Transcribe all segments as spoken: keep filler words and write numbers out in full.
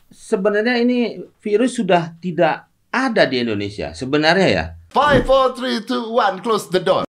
sebenarnya ini virus sudah tidak ada di Indonesia. Sebenarnya ya. Five, four, three, two, one, close the door.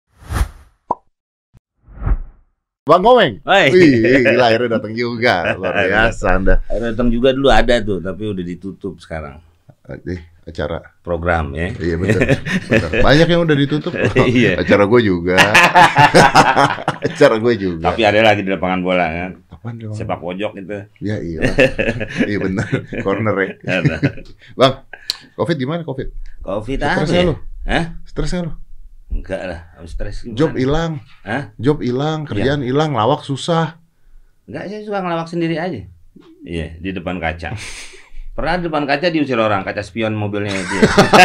Bang Komeng. Hai. Wih, gila akhirnya datang juga. Luar biasa Anda. Datang juga dulu ada tuh, tapi udah ditutup sekarang. Eh, acara Program ya. Iya betul. Betul. Banyak yang udah ditutup. Iya. Acara gue juga. Acara gue juga. Tapi ada lagi di lapangan bola kan. Apaan dong? Sepak pojok itu. Ya iya. Iya benar. Corner ya. Ada. Bang, Covid gimana Covid? Covid Stres apa nggak ya? lu? Hah? Stres nggak lu? Enggak lah, harus stres gimana? Job hilang. Hah? Job hilang, kerjaan hilang, lawak susah. Enggak, saya suka ngelawak sendiri aja. Iya, di depan kaca. Pernah di depan kaca diusir orang, kaca spion mobilnya dia.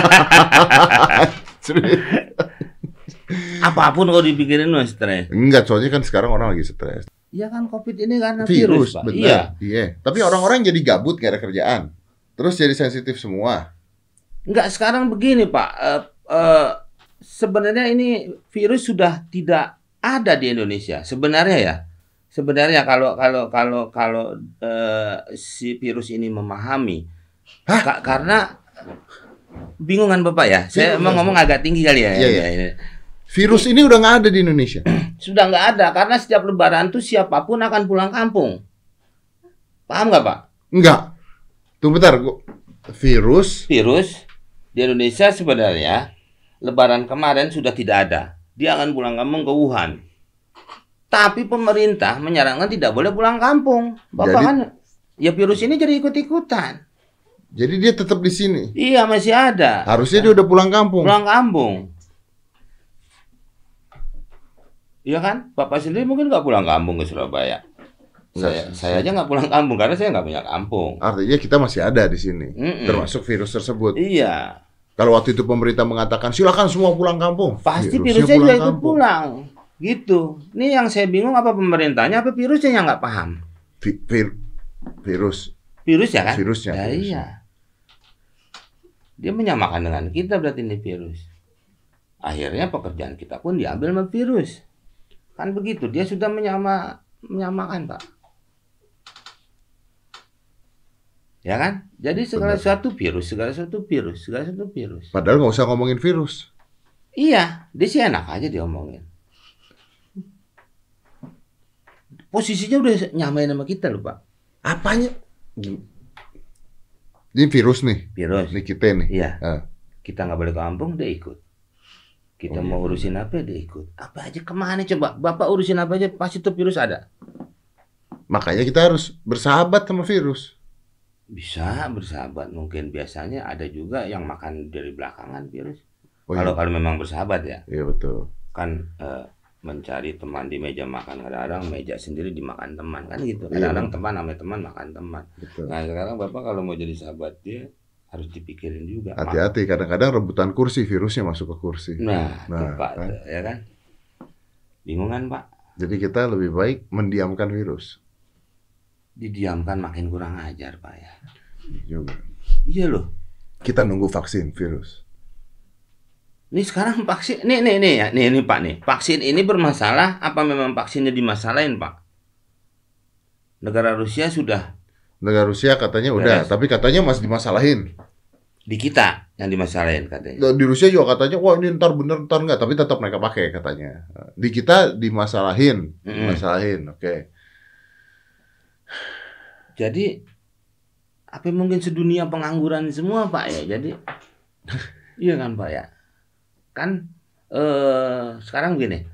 Apapun kalau dipikirin lu stres. Enggak, soalnya kan sekarang orang lagi stres. Iya kan Covid ini karena Virus, virus, Pak. benar. Iya. Iya. Tapi orang-orang jadi gabut gak ada kerjaan. Terus jadi sensitif semua. Enggak, sekarang begini, Pak. Eh, eh, sebenarnya ini virus sudah tidak ada di Indonesia. Sebenarnya ya. Sebenarnya kalau kalau kalau kalau eh, si virus ini memahami, ka- karena bingungan Bapak ya. Saya Virus. emang ngomong agak tinggi kali ya. Iya, iya. Ini. Virus ini udah nggak ada di Indonesia. Sudah nggak ada karena setiap Lebaran tuh siapapun akan pulang kampung. Paham nggak Pak? Enggak. Tunggu bentar, gua. Virus. Virus di Indonesia sebenarnya Lebaran kemarin sudah tidak ada. Dia akan pulang kampung ke Wuhan. Tapi pemerintah menyarankan tidak boleh pulang kampung. Bapak Jadi- kan, ya virus ini jadi ikut-ikutan. Jadi dia tetap di sini. Iya masih ada. Harusnya dia udah pulang kampung. Pulang kampung. Iya kan? Bapak sendiri mungkin nggak pulang kampung ke Surabaya. Saya, Nggak, saya aja nggak pulang kampung karena saya nggak punya kampung. Artinya kita masih ada di sini. Mm-mm. Termasuk virus tersebut. Iya. Kalau waktu itu pemerintah mengatakan silakan semua pulang kampung. Pasti Virusnya virusnya juga ikut kampung. pulang. Gitu. Ini yang saya bingung apa pemerintahnya apa virusnya yang nggak paham. Vi- vir- virus. Virus ya kan? Virusnya, Ya, virusnya. iya. Dia menyamakan dengan kita berarti ini virus. Akhirnya pekerjaan kita pun diambil sama virus. Kan begitu. Dia sudah menyama menyamakan, Pak. Ya kan? Jadi segala Benar. sesuatu virus, segala sesuatu virus, segala sesuatu virus. Padahal nggak usah ngomongin virus. Iya, dia sih enak aja diomongin. Posisinya udah nyamain sama kita loh, Pak. Apanya? Ini virus nih. Virus. Ini kita nih. Iya. Ah. Kita nggak boleh ke kampung, dia ikut. Kita Oh, mau iya. urusin apa, dia ikut. Apa aja kemana coba? Bapak urusin apa aja, pasti tuh virus ada. Makanya kita harus bersahabat sama virus. Bisa bersahabat, mungkin biasanya ada juga yang makan dari belakangan virus. Oh, Kalau iya. kalau memang bersahabat ya, Iya betul. kan eh, mencari teman di meja makan, kadang-kadang meja sendiri dimakan teman kan gitu. Iya, Kadang-kadang benar. teman namanya teman makan teman. Betul. Nah sekarang Bapak kalau mau jadi sahabat dia harus dipikirin juga. Hati-hati, kadang-kadang rebutan kursi, virusnya masuk ke kursi. Nah, Nah, tuh, Pak, kan. tuh, ya kan? Bingung kan Pak? Jadi kita lebih baik mendiamkan virus. Didiamkan makin kurang ajar Pak ya. Juga. Iya loh. Kita nunggu vaksin virus. Ini sekarang vaksin, nih nih nih ya, nih nih Pak nih. Vaksin ini bermasalah apa memang vaksinnya dimasalahin Pak? Negara Rusia sudah Negara Rusia katanya udah, Beres. tapi katanya masih dimasalahin. di kita yang dimasalahin katanya. Di Rusia juga katanya, wah ini ntar bener ntar enggak, tapi tetap mereka pakai katanya. Di kita dimasalahin, Mm-mm. dimasalahin, oke. Jadi apa mungkin sedunia pengangguran semua Pak ya? Jadi iya kan Pak ya? Kan eh, sekarang begini,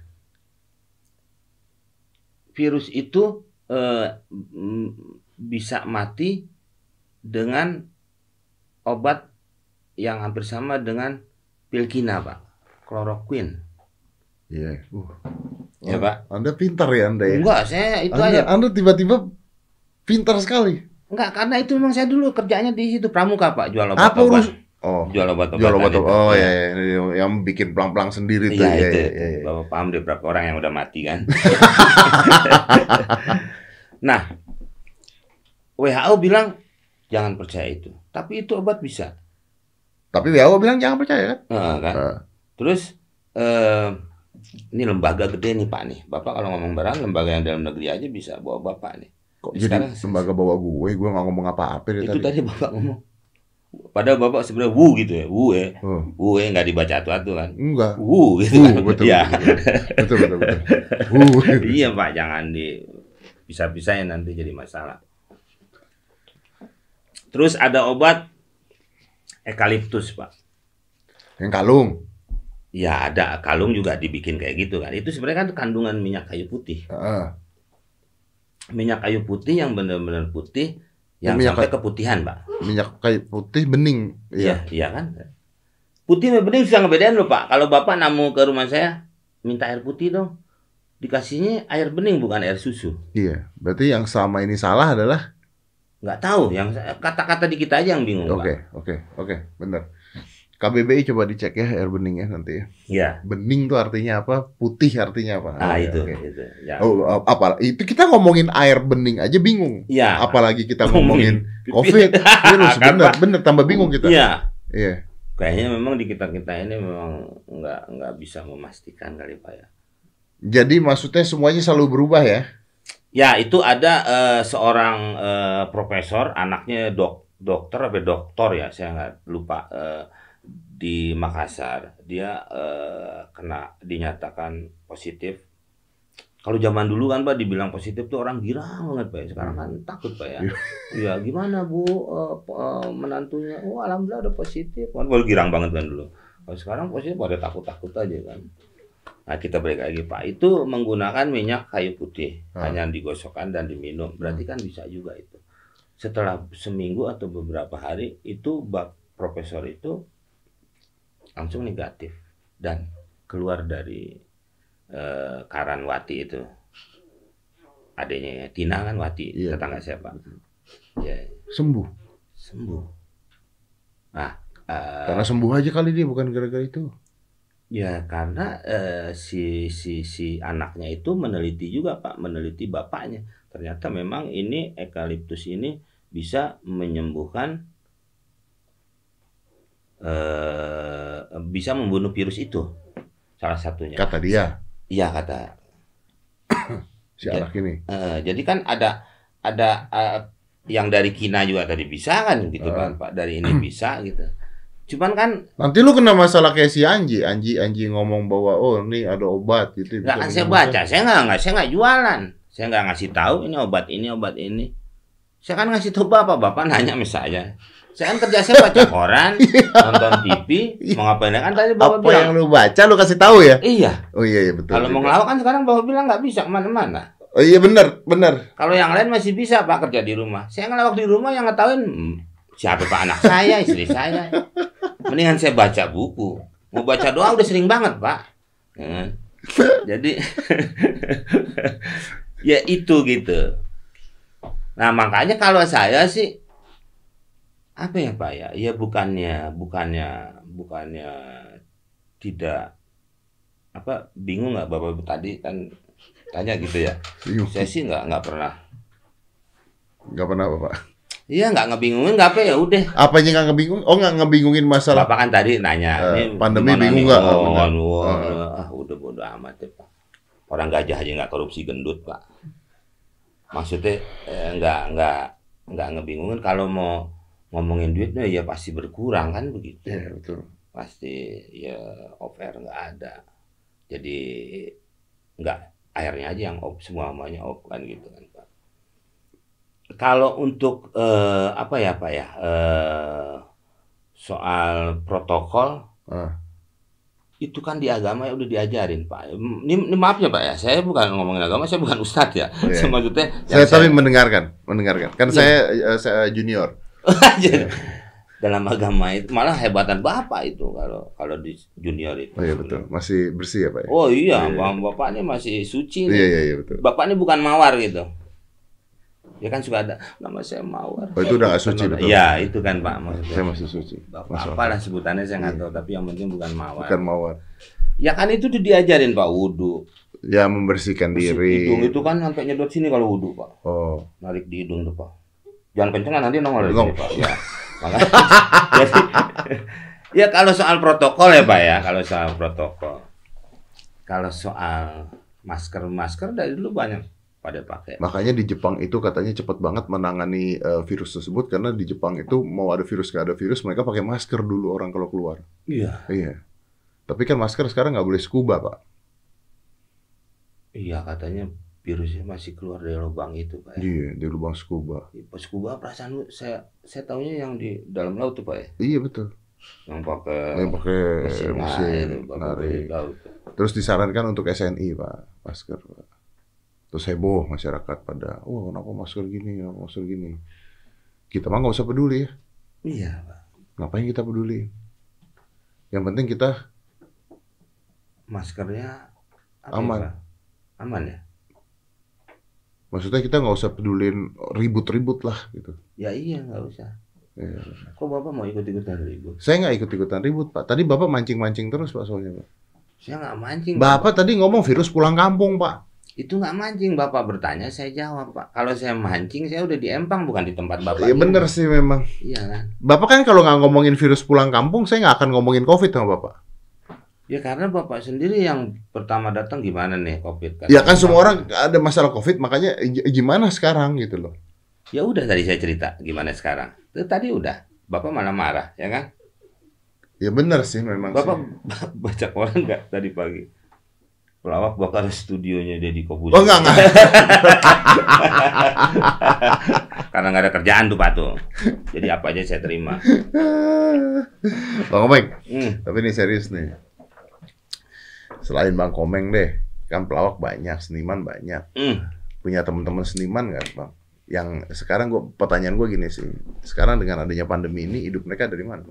virus itu eh, m- bisa mati dengan obat yang hampir sama dengan pilkina Pak, kloroquine. Iya. Uh. Ya, Oh, Pak. Anda pintar ya Anda ya. Enggak, saya itu Anda, aja. Anda tiba-tiba pintar sekali. Enggak, karena itu memang saya dulu kerjanya di situ pramuka Pak, jual Apa obat-obat. urus? Oh, Jual obat-obatan. jual obat. itu. Oh ya, ya, yang bikin pelang-pelang sendiri tuh. Iya Ya, itu. ya, ya, ya. Bapak paham deh berapa orang yang udah mati kan. Nah, W H O bilang jangan percaya itu. Tapi itu obat bisa. Tapi W H O bilang jangan percaya kan? Nah, kan? Ah. Terus eh, ini lembaga gede nih Pak nih. Bapak kalau ngomong barang lembaga yang dalam negeri aja bisa bawa Bapak nih. Kok jadi Sekarang lembaga bawa gue, gue nggak ngomong apa-apa dari itu tadi. tadi Bapak ngomong. Padahal Bapak sebenarnya wu gitu ya, wu ya. Oh. Wu ya nggak dibaca atu-atu kan. Enggak. Wu gitu Uh, kan. betul, Ya. betul, betul, betul, betul. Uh, gitu. Iya Pak, jangan di bisa-bisain nanti jadi masalah. Terus ada obat eukaliptus Pak. Yang kalung. Ya ada kalung juga dibikin kayak gitu kan. Itu sebenarnya kan kandungan minyak kayu putih. Uh, Minyak kayu putih yang benar-benar putih, yang minyak sampai kayu- keputihan Pak. minyak kayu putih bening. Iya, Iya. iya kan. Putih sama bening bisa ngebedain loh Pak. Kalau Bapak namu ke rumah saya minta air putih dong, dikasihnya air bening bukan air susu. Iya. Berarti yang selama ini salah adalah. Nggak tahu, yang kata-kata di kita aja yang bingung Oke, Pak. oke, oke, benar. K B B I coba dicek ya air beningnya nanti ya. Iya. Bening tuh artinya apa? Putih artinya apa? Ah ya, itu, oke. itu. Ya. Oh, apa? Itu kita ngomongin air bening aja bingung. Iya. Apalagi kita ngomongin COVID, virus, Kan, bener, Pak? bener tambah bingung kita. Iya. Iya. Kayaknya memang di kita kita ini memang nggak nggak bisa memastikan kali Pak ya. Jadi maksudnya semuanya selalu berubah ya? Ya itu ada eh, seorang eh, profesor, anaknya dok dokter apa doktor ya, saya nggak lupa eh, di Makassar. Dia eh, kena dinyatakan positif. Kalau zaman dulu kan Pak dibilang positif tuh orang girang banget Pak. Sekarang kan takut Pak ya. Iya gimana Bu eh, eh, menantunya? Oh alhamdulillah ada positif. Kan baru girang banget kan dulu. Kalau sekarang positif pada takut-takut aja kan. Nah kita balik lagi Pak. Itu menggunakan minyak kayu putih. Ah. Hanya digosokkan dan diminum. Berarti kan bisa juga itu. Setelah seminggu atau beberapa hari itu bak profesor itu langsung negatif dan keluar dari eh, Karanwati itu, adanya Tina kan Wati, Iya. tetangga saya Pak. Ya Sembuh. sembuh. Nah eh, Karena sembuh aja kali dia, bukan gara-gara itu. ya karena eh, si si si anaknya itu meneliti juga Pak, meneliti bapaknya. Ternyata memang ini eukaliptus ini bisa menyembuhkan, eh, bisa membunuh virus itu. Salah satunya. Kata dia, Iya kata. si Ya. anak ini. Eh, jadi kan ada ada eh, yang dari Kina juga tadi bisa kan gitu kan Pak, dari ini bisa gitu. Cuman kan Nanti lu kena masalah kayak si Anji. Anji Anji ngomong bahwa oh ini ada obat gitu. nggak kan bisa saya menyembuhkan. baca, saya nggak nggak saya nggak jualan, saya nggak ngasih tahu ini obat ini obat ini. Saya kan ngasih tahu bapak, bapak nanya sama saya. Saya kan kerja saya baca koran, nonton T V, mau ngapain kan tadi bapak Apa bilang. yang lu baca lu kasih tahu ya? Iya, Oh iya iya betul. kalau mau juga. ngelawak kan sekarang bapak bilang nggak bisa kemana-mana. Oh iya benar, benar. Kalau yang lain masih bisa Pak kerja di rumah. Saya ngelawak di rumah yang ngetahuin hmm, siapa Pak anak saya, istri saya. Mendingan saya baca buku. Mau baca doa udah sering banget Pak. Ya kan? Jadi ya itu gitu. Nah makanya kalau saya sih apa ya Pak ya? Ya bukannya bukannya bukannya tidak apa bingung nggak Bapak tadi kan tanya gitu ya. Bingung. Saya sih nggak nggak pernah. Nggak pernah Bapak. Iya nggak ngebingungin nggak apa ya udah. Apanya nggak ngebingung? Oh nggak ngebingungin masalah. Bapak kan tadi nanya. Eh, ini pandemi gimana bingung nih? nggak? Oh, Oh, benar. aduh, Oh. aduh, ah udah bodo amat ya Pak. Orang gajah aja nggak korupsi gendut Pak. Maksudnya eh, nggak nggak nggak ngebingungin kalau mau ngomongin duitnya ya pasti berkurang kan begitu. Iya betul. Pasti ya off air nggak ada. Jadi nggak airnya aja yang off, semua semuanya off kan gitu kan Pak. Kalau untuk eh, apa ya Pak ya eh, soal protokol Ah. itu kan di agama ya udah diajarin Pak. Ini, ini maaf ya Pak ya, saya bukan ngomongin agama, saya bukan ustadz ya. Oh, iya. Maksudnya Saya yang tapi mendengarkan, mendengarkan. Kan Iya. saya eh, saya junior. dalam agama itu malah hebatan bapak itu kalau kalau di junior itu. Oh iya betul. Masih bersih ya Pak ya? Oh iya, Iya, iya. bapak ini masih suci Iya nih. iya iya betul. Bapak ini bukan mawar gitu. Ya kan suka ada nama saya mawar. Oh itu udah nggak suci betul. Iya itu kan Pak maksudnya. Saya masih suci. Bapak Masuk apalah sebutannya saya nggak Iya. tahu, tapi yang penting bukan mawar. Bukan mawar. Ya kan itu tuh diajarin Pak wudhu. Ya membersihkan diri. Hidung itu kan sampai nyedot sini kalau wudhu Pak. Oh. Narik di hidung tuh Pak. Jangan kencengan nanti nongol di Nong. sini Pak. Ya. Makanya jadi ya kalau soal protokol ya Pak ya, kalau soal protokol. Kalau soal masker-masker dari dulu banyak pada pakai. Makanya di Jepang itu katanya cepat banget menangani uh, virus tersebut karena di Jepang itu mau ada virus nggak ada virus mereka pakai masker dulu orang kalau keluar. Iya. Iya. Tapi kan masker sekarang nggak boleh scuba Pak. Iya katanya virusnya masih keluar dari lubang itu Pak. Ya? Iya di lubang scuba. Pas scuba perasaan saya saya taunya yang di dalam laut tuh Pak ya. Iya betul. Yang pakai yang pakai mesin, mesin narik. Terus disarankan untuk S N I Pak masker Pak. Terus heboh masyarakat pada, oh kenapa masker gini, kenapa masker gini. Kita mah nggak usah peduli ya. Iya Pak. Ngapain kita peduli? Yang penting kita maskernya apa aman. Ya, Pak? Aman ya? Maksudnya kita nggak usah pedulin ribut-ribut lah gitu. Ya iya nggak usah. Ya. Kok Bapak mau ikut-ikutan ribut? Saya nggak ikut-ikutan ribut Pak. Tadi Bapak mancing-mancing terus Pak soalnya Pak. Saya nggak mancing. Bapak, Bapak tadi ngomong virus pulang kampung Pak. Itu nggak mancing, Bapak bertanya, saya jawab Pak. Kalau saya mancing, saya udah di Empang, bukan di tempat Bapak. Iya bener sih memang. Iya kan. Bapak kan kalau nggak ngomongin virus pulang kampung, saya nggak akan ngomongin COVID sama Bapak. Ya karena Bapak sendiri yang pertama datang gimana nih COVID. Ya kan semua orang ada masalah COVID, makanya gimana sekarang gitu loh. Ya udah tadi saya cerita gimana sekarang. Tadi udah, Bapak malah marah, ya kan? Ya bener sih memang. Bapak sih. baca koran nggak tadi pagi? Pelawak bakal studionya Deddy Corbuzier. Oh enggak, enggak. Karena nggak ada kerjaan tuh Pak tuh. Jadi apa aja saya terima. Bang Komeng, Hmm. tapi ini serius nih. Selain Bang Komeng deh, kan pelawak banyak, seniman banyak. Hmm. Punya teman-teman seniman nggak Bang? Yang sekarang gua pertanyaan gue gini sih. Sekarang dengan adanya pandemi ini, hidup mereka dari mana?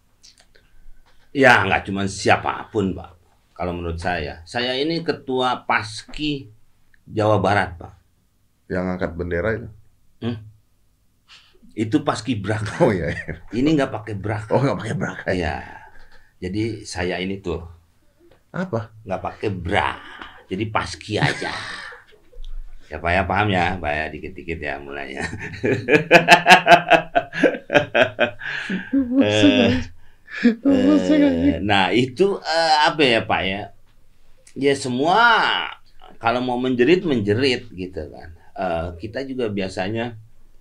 Ya nggak cuma siapapun Pak. Kalau menurut saya, saya ini ketua Paski Jawa Barat, Pak. Yang angkat bendera itu? Hmm? Itu Paski Braka. Oh iya. Ini nggak pakai braka. Oh nggak pakai braka. Iya. Jadi saya ini tuh apa? Nggak pakai bra. Jadi Paski aja. Ya Pak ya paham ya, Pak ya dikit-dikit ya mulainya. eh, Eh, nah itu eh, apa ya Pak ya? Ya semua kalau mau menjerit menjerit gitu kan. Eh, kita juga biasanya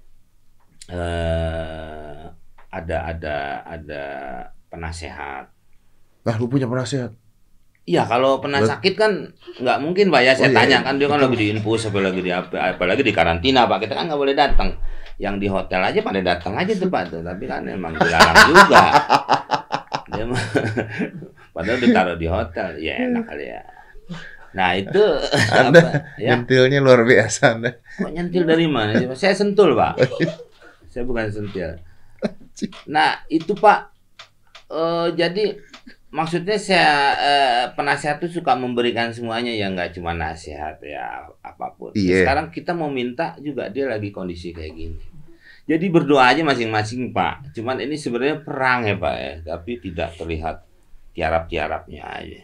eh, ada ada ada penasehat. Nah lu punya penasehat? Iya kalau pernah sakit kan nggak mungkin Pak ya saya Oh, iya, tanya iya. kan dia kan lagi di infus apalagi di apa apalagi di karantina Pak kita kan nggak boleh datang. Yang di hotel aja pada datang aja tuh Pak tuh tapi kan emang dilarang juga. Dia mah padahal ditaruh di hotel ya enak kali ya. Nah itu Anda apa, ya? nyentilnya luar biasa Anda. Kok nyentil dari mana sih Pak? Saya sentul Pak. Saya bukan sentil. Nah itu Pak eh, jadi maksudnya saya eh, penasehat itu suka memberikan semuanya ya nggak cuma nasihat ya apapun. Iya. Sekarang kita mau minta juga dia lagi kondisi kayak gini. Jadi berdoa aja masing-masing Pak. Cuman ini sebenarnya perang ya Pak ya, tapi tidak terlihat tiarap-tiarapnya aja.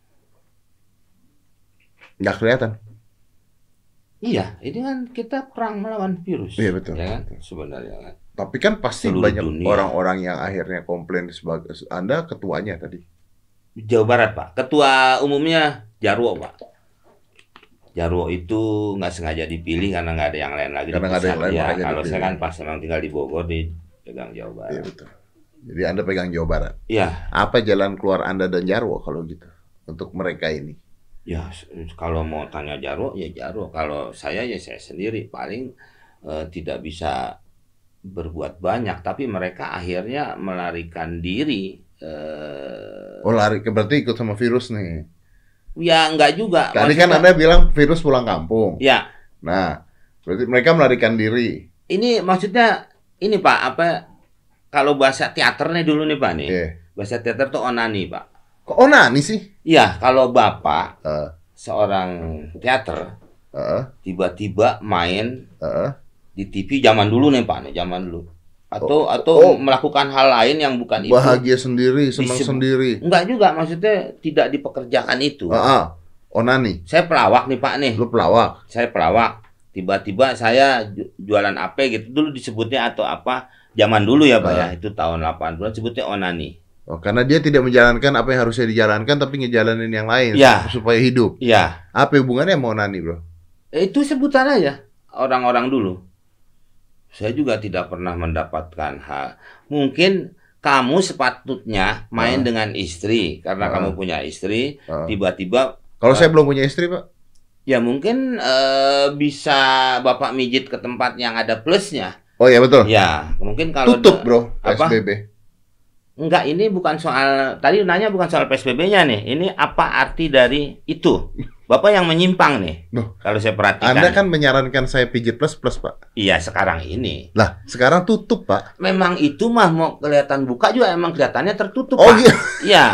Nggak kelihatan. Iya, ini kan kita perang melawan virus. Iya betul. Ya kan? betul. Sebenarnya kan. Tapi kan pasti Seluruh banyak dunia. orang-orang yang akhirnya komplain sebagai Anda ketuanya tadi. Jawa Barat Pak. Ketua umumnya Jarwo Pak. Jarwo itu nggak sengaja dipilih karena nggak ada yang lain lagi. Karena nggak ada yang lain, ya, makanya kalau saya dipilih. kan pas memang tinggal di Bogor di pegang Jawa Iya Barat. betul. Jadi Anda pegang Jawa Barat. Iya, Apa jalan keluar Anda dan Jarwo kalau gitu untuk mereka ini? ya s- kalau mau tanya Jarwo ya Jarwo. Kalau saya ya saya sendiri paling eh, tidak bisa berbuat banyak. Tapi mereka akhirnya melarikan diri. Eh, Oh lari, berarti ikut sama virus nih. ya nggak juga. Tadi kan Maksudnya- Anda bilang virus pulang kampung. Ya, Nah, berarti mereka melarikan diri. ini maksudnya ini Pak apa? Kalau bahasa teaternya dulu nih Pak nih. Iya. Bahasa teater tuh onani Pak. Kok onani sih? Iya, kalau Bapak Heeh. seorang teater Heeh. tiba-tiba main Heeh. di T V zaman dulu nih Pak nih, zaman dulu. Atau Oh, atau oh. melakukan hal lain yang bukan itu. Bahagia sendiri, senang Disebut- sendiri. Enggak juga, maksudnya tidak dipekerjakan itu. Heeh. Onani. Saya pelawak nih Pak nih. Lu pelawak. Saya pelawak. Tiba-tiba saya ju- jualan apa gitu dulu disebutnya atau apa zaman dulu ya Pak Ah. ya. Itu tahun delapan puluhan sebutnya onani. Oh, karena dia tidak menjalankan apa yang harusnya dijalankan tapi ngejalanin yang lain Ya. supaya hidup. Iya. Apa hubungannya sama onani, Bro? Itu sebutan aja orang-orang dulu. Saya juga tidak pernah mendapatkan hal. Mungkin kamu sepatutnya main Ah. dengan istri karena Ah. kamu punya istri. Ah. Tiba-tiba Kalau eh, saya belum punya istri, Pak. ya mungkin eh, bisa Bapak mijit ke tempat yang ada plusnya. Oh ya betul. Ya, mungkin kalau Tutup, de- Bro, P S apa? B B. Enggak, ini bukan soal tadi nanya bukan soal P S B B-nya nih. Ini apa arti dari itu? Bapak yang menyimpang nih. Loh, Kalau saya perhatikan. Anda kan menyarankan saya pijit plus plus, Pak. Iya, sekarang ini. Lah, sekarang tutup, Pak. Memang itu mah mau kelihatan buka juga emang kelihatannya tertutup, Oh Pak. iya. Iya.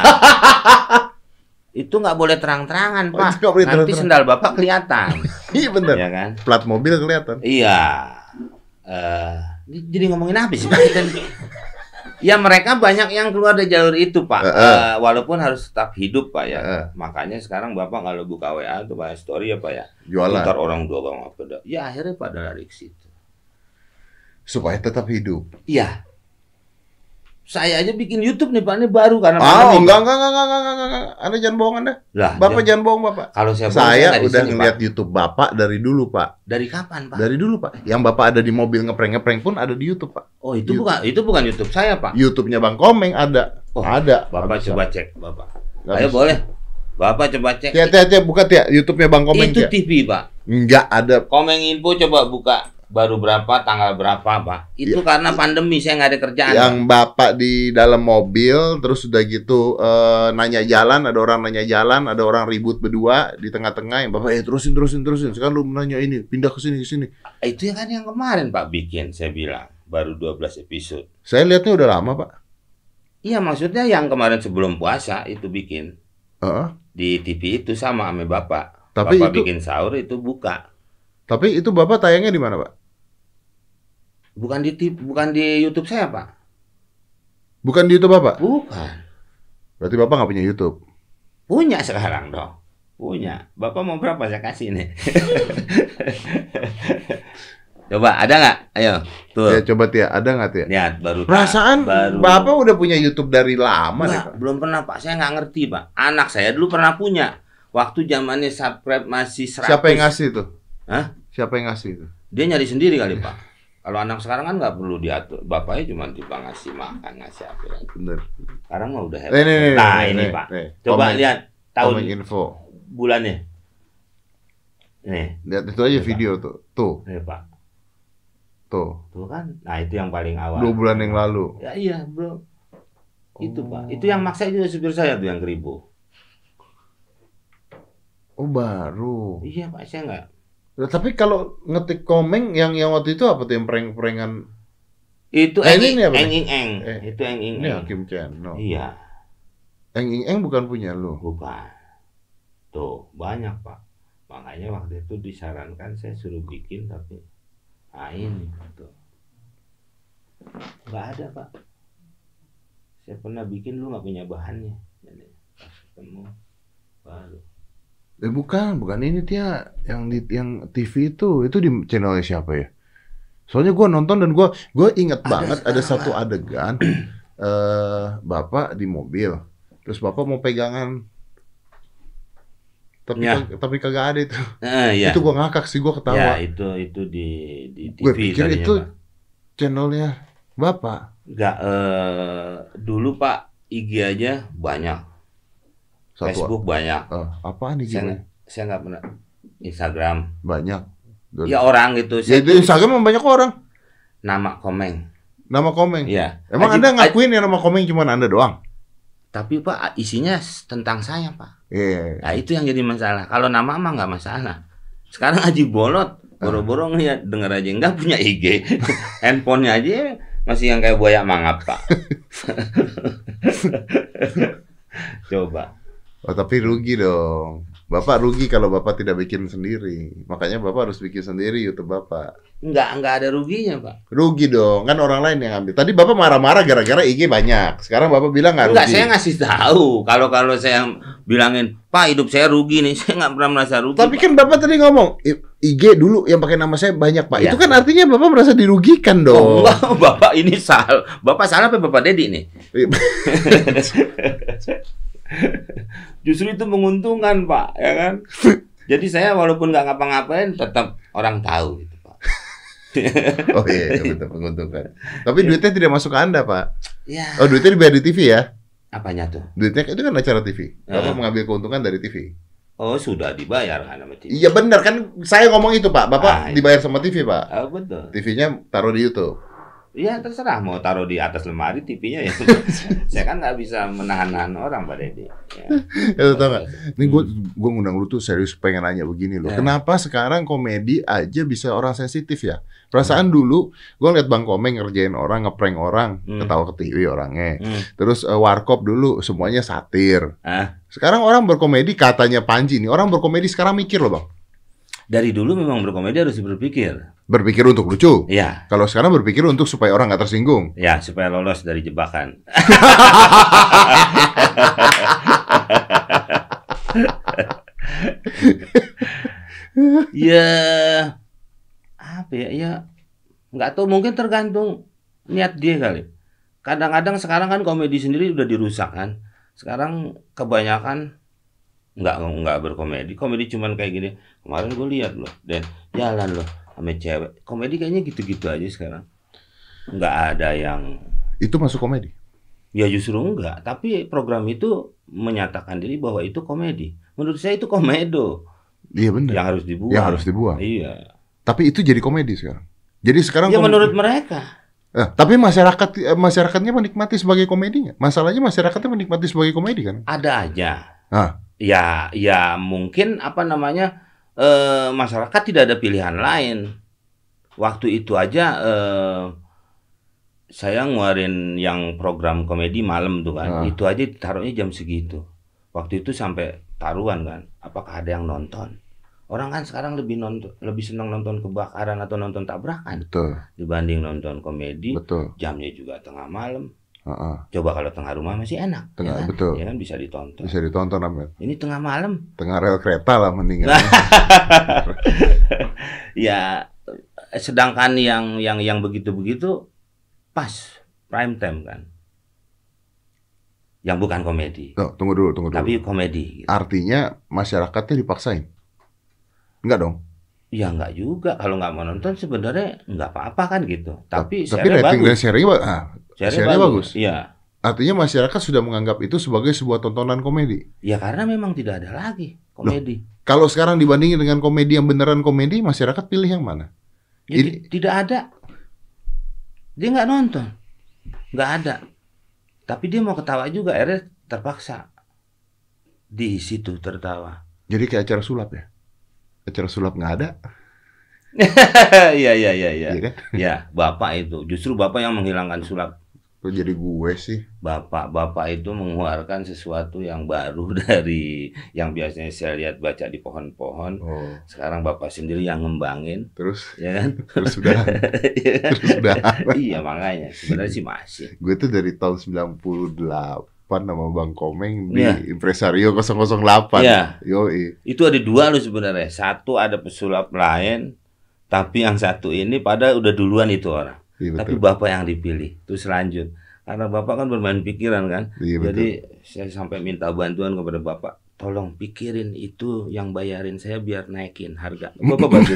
Itu nggak boleh terang-terangan, Oh, Pak. itu nggak boleh Nanti terang-terangan. sendal Bapak kelihatan. Iya bener. Iya kan? Plat mobil kelihatan. Iya. Eh, ini jadi ngomongin apa sih, Pak? Kita nih? Ya mereka banyak yang keluar dari jalur itu, Pak. Eh, eh. Eh, walaupun harus tetap hidup, Pak ya. Eh. Makanya sekarang Bapak kalau buka W A tuh banyak story ya, Pak ya. Jualan. Ntar orang dua bang apa dah. Ya akhirnya pada lari ke situ. Supaya tetap hidup. Iya. Saya aja bikin YouTube nih, Pak. Ini baru karena Ah, pandemi, enggak, Pak. enggak, enggak, enggak, enggak, enggak, enggak. Anda jangan bohong Anda. Lah, Bapak dia- jangan bohong, Bapak. kalau saya bohong, Saya nggak di udah sini, ngeliat Pak. YouTube Bapak dari dulu, Pak. Dari kapan, Pak? Dari dulu, Pak. Yang Bapak ada di mobil ngepreng-ngepreng pun ada di YouTube, Pak. Oh, itu YouTube. bukan itu bukan YouTube saya, Pak. YouTube-nya Bang Komeng ada. Oh, ada. Bapak Nggak bisa. coba cek, Bapak. Nggak Ayo bisa. boleh. Bapak coba cek. Tia, tia, tia, buka tia. YouTube-nya Bang Komeng, Itu tia. T V, Pak. Enggak ada. Komeng Info coba buka. Baru berapa, tanggal berapa, Pak? Itu Ya. karena pandemi, saya nggak ada kerjaan. Yang Pak. Bapak di dalam mobil, terus udah gitu eh, nanya jalan, ada orang nanya jalan, ada orang ribut berdua di tengah-tengah. Yang Bapak, eh terusin, terusin, terusin. Sekarang lu nanya ini, pindah ke sini, ke sini. Itu ya kan yang kemarin, Pak, bikin, saya bilang. Baru dua belas episode. Saya lihatnya udah lama, Pak. Iya, maksudnya yang kemarin sebelum puasa itu bikin. Heeh. Di T V itu sama sama Bapak. Tapi Bapak itu- bikin sahur itu buka. Tapi itu Bapak tayangnya di mana, Pak? Bukan di T V, bukan di YouTube saya, Pak. Bukan di YouTube Bapak? Bukan. Berarti Bapak nggak punya YouTube? Punya sekarang dong. Punya. Bapak mau berapa saya kasih nih? Coba ada nggak? Ayo. Tuh. Ya coba Tia, ada nggak Tia? Lihat baru. Perasaan baru. Bapak udah punya YouTube dari lama deh, Enggak, Pak. belum pernah, Pak. Saya nggak ngerti, Pak. Anak saya dulu pernah punya. Waktu zamannya subscribe masih seratus. Siapa yang ngasih itu? Hah? Siapa yang ngasih itu? Dia nyari sendiri kali, Pak. Kalau anak sekarang kan nggak perlu diatur. Bapaknya cuma tiba ngasih makan, ngasih apa. Bener. Sekarang mah udah hebat. Eh, nih, nih, Nah, nih, ini, nih, Pak. nih. Coba Komen- lihat tahun Komeng info. bulannya. Nih, Lihat itu aja Coba. video tuh. Tuh, nih, Pak. tuh. Tuh kan. Nah, itu yang paling awal. Dua bulan yang lalu. Ya iya, Bro. Itu, Oh. Pak. Itu yang maksa juga supir saya tuh yang keribu. Oh, baru. Iya, Pak. Saya nggak. Nah, tapi kalau ngetik Komeng yang yang waktu itu apa tuh yang prank-prankan? Itu Eh, eng ini apa nih? eng eng eng. Eh, Itu eng eng Ini eng. Hakim Channel. Iya, Eng Ing Eng bukan punya lu. bukan. Tuh, banyak, Pak. Makanya waktu itu disarankan saya suruh bikin tapi nah ini tuh. Nggak ada, Pak. Saya pernah bikin lu nggak punya bahannya. Jadi pas ketemu baru. Eh bukan, bukan ini Tia. Yang di yang T V itu, itu di channelnya siapa ya? Soalnya gua nonton dan gua gua inget Ada banget ada sekarang, satu Pak. adegan eh Bapak di mobil. Terus Bapak mau pegangan. Tapi Ya. kag- tapi kagak ada itu. Nah, iya. Itu gua ngakak sih, gua Ya, ketawa. itu itu di di T V Gue pikir tadinya, itu Pak. channelnya Bapak. Nggak, eh, dulu, Pak, I G aja banyak, Satu. Facebook banyak. Eh, apaan nih Saya gini? nggak saya nggak pernah Instagram. Banyak. Ya orang gitu. Ya Saya di Instagram banyak orang. nama Komeng. Nama Komeng. Iya. Emang Aji- Anda ngakuin yang nama Komeng cuma Anda doang? Tapi, Pak, isinya s- tentang saya, Pak. Iya. Nah, itu yang jadi masalah. Kalau nama mah nggak masalah. Sekarang Aji Bolot boro-boro ngeliat denger aja nggak punya I G. Handphonenya aja masih yang kayak buaya mangap, Pak. Coba. Oh, tapi rugi dong. Bapak rugi kalau Bapak tidak bikin sendiri. Makanya Bapak harus bikin sendiri YouTube Bapak. Nggak nggak ada ruginya, Pak. Rugi dong. Kan orang lain yang ambil. Tadi Bapak marah-marah gara-gara I G banyak. Sekarang Bapak bilang nggak rugi. Enggak, saya ngasih tahu. Kalau kalau saya bilangin, Pak, hidup saya rugi nih, saya nggak pernah merasa rugi. Tapi Pak. kan Bapak tadi ngomong I- IG dulu yang pakai nama saya banyak, Pak. Iya. Itu kan artinya Bapak merasa dirugikan Oh, dong. enggak, Bapak ini salah. Bapak salah apa Bapak Dedi nih? Justru itu menguntungkan, Pak, ya kan? Jadi saya walaupun nggak ngapa-ngapain tetap orang tahu gitu, Pak. Oh iya, betul menguntungkan. Tapi duitnya tidak masuk ke Anda, Pak. Ya. Oh, duitnya dibayar di T V ya? Apanya tuh? Duitnya itu kan acara T V. Bapak Uh. mengambil keuntungan dari T V. Oh, sudah dibayar kan sama T V. Iya benar kan, saya ngomong itu Pak. Bapak Ah, dibayar sama T V Pak. Oh, betul. T V-nya taruh di YouTube. Iya terserah mau taruh di atas lemari T V-nya ya. Saya kan nggak bisa menahan-nahan orang Pak Deddy. Ya. Ya, tahu nggak? Ini gue gue ngundang lu tuh serius pengen nanya begini loh. Ya. Kenapa sekarang komedi aja bisa orang sensitif ya? Perasaan dulu gue ngeliat Bang Komeng ngerjain orang, ngeprank orang, Hmm. ketawa ke T V orangnya. Hmm. Terus uh, Warkop dulu semuanya satir. Ah, Sekarang orang berkomedi katanya Panji nih. Orang berkomedi sekarang mikir loh Bang. dari dulu memang berkomedi harus berpikir. Berpikir untuk lucu. Iya, Kalau sekarang berpikir untuk supaya orang nggak tersinggung. ya supaya lolos dari jebakan. Ya, apa ya? Ya, nggak tahu. Mungkin tergantung niat dia kali. Kadang-kadang sekarang kan komedi sendiri udah dirusak kan. Sekarang kebanyakan nggak nggak berkomedi. Komedi cuman kayak gini. Kemarin gue lihat loh, dan jalan loh sama cewek. Komedi kayaknya gitu-gitu aja sekarang. Nggak ada yang. Itu masuk komedi. Ya justru enggak. Tapi program itu menyatakan diri bahwa itu komedi. Menurut saya itu komedo Iya benar. yang harus dibuang. Yang harus dibuang. Iya. Tapi itu jadi komedi sekarang. Jadi sekarang Ya komedi- menurut mereka. Eh, tapi masyarakat eh, masyarakatnya menikmati sebagai komedi nggak? Masalahnya masyarakatnya menikmati sebagai komedi kan? Ada aja. Ah. Ya, ya mungkin apa namanya eh, masyarakat tidak ada pilihan lain. Waktu itu aja eh, saya ngeluarin yang program komedi malam tuh kan, Ah. itu aja taruhnya jam segitu. Waktu itu sampai taruhan kan, apakah ada yang nonton? Orang kan sekarang lebih nonton, lebih senang nonton kebakaran atau nonton tabrakan Betul, dibanding nonton komedi. betul. Jamnya juga tengah malam. Heeh. Coba kalau tengah rumah masih enak, Tengah, ya kan? betul. Ya kan bisa ditonton. Bisa ditonton Ahmed. Ini tengah malam. Tengah rel kereta lah mendingan. Ya, sedangkan yang yang yang begitu-begitu pas prime time kan. Yang bukan komedi, Tuh, tunggu dulu, tunggu dulu. tapi komedi. Gitu. Artinya masyarakatnya dipaksain? Enggak dong? Ya nggak juga, kalau nggak mau nonton sebenarnya nggak apa-apa kan gitu. Tapi Tapi share-nya rating dan bagus. sharing ah, Share-nya share-nya bagus. Iya. Artinya masyarakat sudah menganggap itu sebagai sebuah tontonan komedi. Ya karena memang tidak ada lagi komedi. Kalau sekarang dibandingin dengan komedi yang beneran komedi, masyarakat pilih yang mana? Ya, Ini- ti- tidak ada. Dia nggak nonton, nggak ada. Tapi dia mau ketawa juga, akhirnya terpaksa di situ tertawa. Jadi kayak acara sulap ya? Acara sulap nggak ada, Iya iya iya iya. iya kan? Ya, bapak itu justru bapak yang menghilangkan sulap. Kok jadi gue sih? Bapak-bapak itu mengeluarkan sesuatu yang baru dari yang biasanya saya lihat baca di pohon-pohon. Oh, Sekarang bapak sendiri yang ngembangin, terus ya kan? terus sudah. Iya kan? Terus udah. Iya makanya sebenarnya sih masih. Gue tuh dari tahun sembilan puluh delapan sama Bang Komeng di Iya. Impresario nol nol delapan. Iya. Yoi. Itu ada dua loh sebenarnya. Satu ada pesulap lain, tapi yang satu ini pada udah duluan itu orang. Iya Tapi betul. bapak yang dipilih, terus lanjut. Karena bapak kan bermain pikiran kan. Iya betul. Jadi saya sampai minta bantuan kepada bapak. Tolong pikirin itu yang bayarin saya biar naikin harga. Bapak bantu.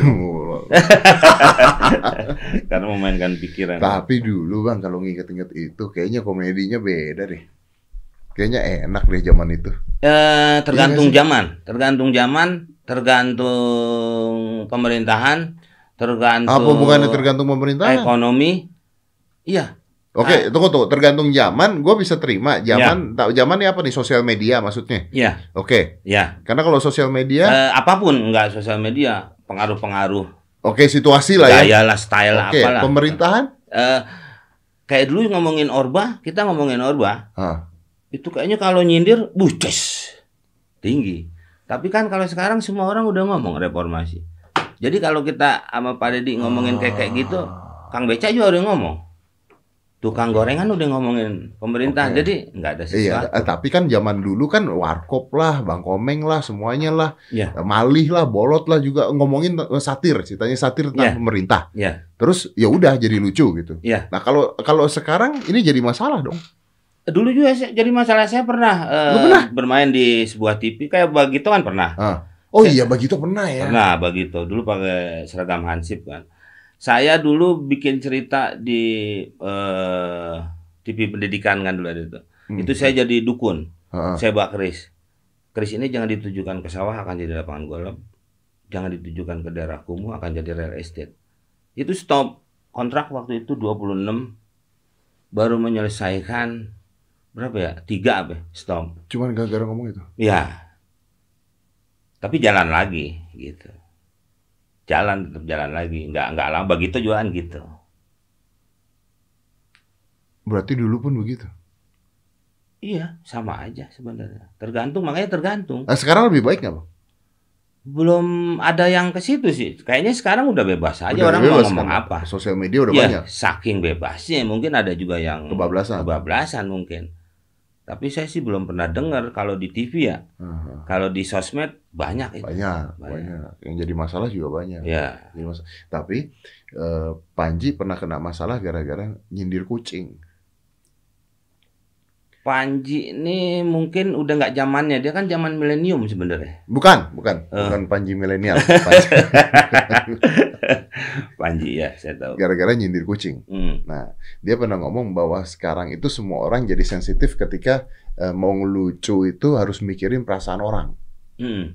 Karena memainkan pikiran. Tapi dulu Bang, kalau nginget-inget itu kayaknya komedinya beda deh. Kayaknya enak deh zaman itu. Eh, tergantung Iya nggak zaman, tergantung zaman, tergantung pemerintahan, tergantung Apa bukannya tergantung pemerintahan? ekonomi. Iya. Oke, tunggu tuh, tergantung zaman, gue bisa terima. Zaman, tak zamannya apa nih? Sosial media maksudnya? Iya, Oke, iya. karena kalau sosial media, Eh, apapun enggak sosial media, pengaruh-pengaruh oke situasi lah ya. gaya lah, style Oke, apalah. pemerintahan? Eh, kayak dulu ngomongin Orba, kita ngomongin Orba, Hah. itu kayaknya kalau nyindir buces tinggi. Tapi kan kalau sekarang semua orang udah ngomong reformasi. Jadi kalau kita sama Pak Deddy ngomongin kayak kayak gitu, Kang Beca juga udah ngomong. Tukang gorengan udah ngomongin pemerintah, Oke. jadi nggak ada Iya, sesuatu. eh, tapi kan zaman dulu kan Warkop lah, Bang Komeng lah, semuanya lah, Iya. Eh, Malih lah, Bolot lah juga ngomongin eh, satir, ceritanya satir tentang Iya. pemerintah. Iya, Terus ya udah jadi lucu gitu. iya. Nah kalau kalau sekarang ini jadi masalah dong. Dulu juga saya- jadi masalah saya pernah, eh, Lu pernah? bermain di sebuah T V kayak begitu kan pernah. Ah. Oh Saya- iya, Bagito pernah ya. Pernah begitu. Dulu pakai seragam hansip kan. Saya dulu bikin cerita di eh, T V pendidikan kan dulu ada itu. Hmm. Itu saya jadi dukun. Heeh. Saya bawa keris. Keris ini jangan ditujukan ke sawah akan jadi lapangan golf. Jangan ditujukan ke daerah kumuh akan jadi real estate. Itu stop kontrak waktu itu dua puluh enam, baru menyelesaikan berapa ya? Tiga apa? Stop. Cuman gara-gara ngomong itu. Ya. Tapi jalan lagi gitu. Jalan tetap jalan lagi, nggak nggak lama begitu juga kan gitu. Berarti dulu pun begitu. Iya, sama aja sebenarnya. Tergantung, makanya tergantung. Nah, sekarang lebih baik nggak, Bang? Belum ada yang ke situ sih. Kayaknya sekarang udah bebas aja Udah orang bebas mau ngomong kan? apa. Sosial media udah Ya, banyak. saking bebasnya mungkin ada juga yang Kebablasan. kebablasan mungkin. Tapi saya sih belum pernah dengar kalau di T V ya. Aha. Kalau di sosmed banyak itu. Banyak, Banyak. banyak. Yang jadi masalah juga banyak. Ya. Jadi mas- Tapi eh, Panji pernah kena masalah gara-gara nyindir kucing. Panji ini mungkin udah nggak zamannya. Dia kan zaman milenium sebenarnya. Bukan, bukan, Eh. bukan Panji milenial. Panji. Panji ya, saya tahu. Gara-gara nyindir kucing. Hmm. Nah, dia pernah ngomong bahwa sekarang itu semua orang jadi sensitif ketika eh, mau ngelucu itu harus mikirin perasaan orang. Hmm.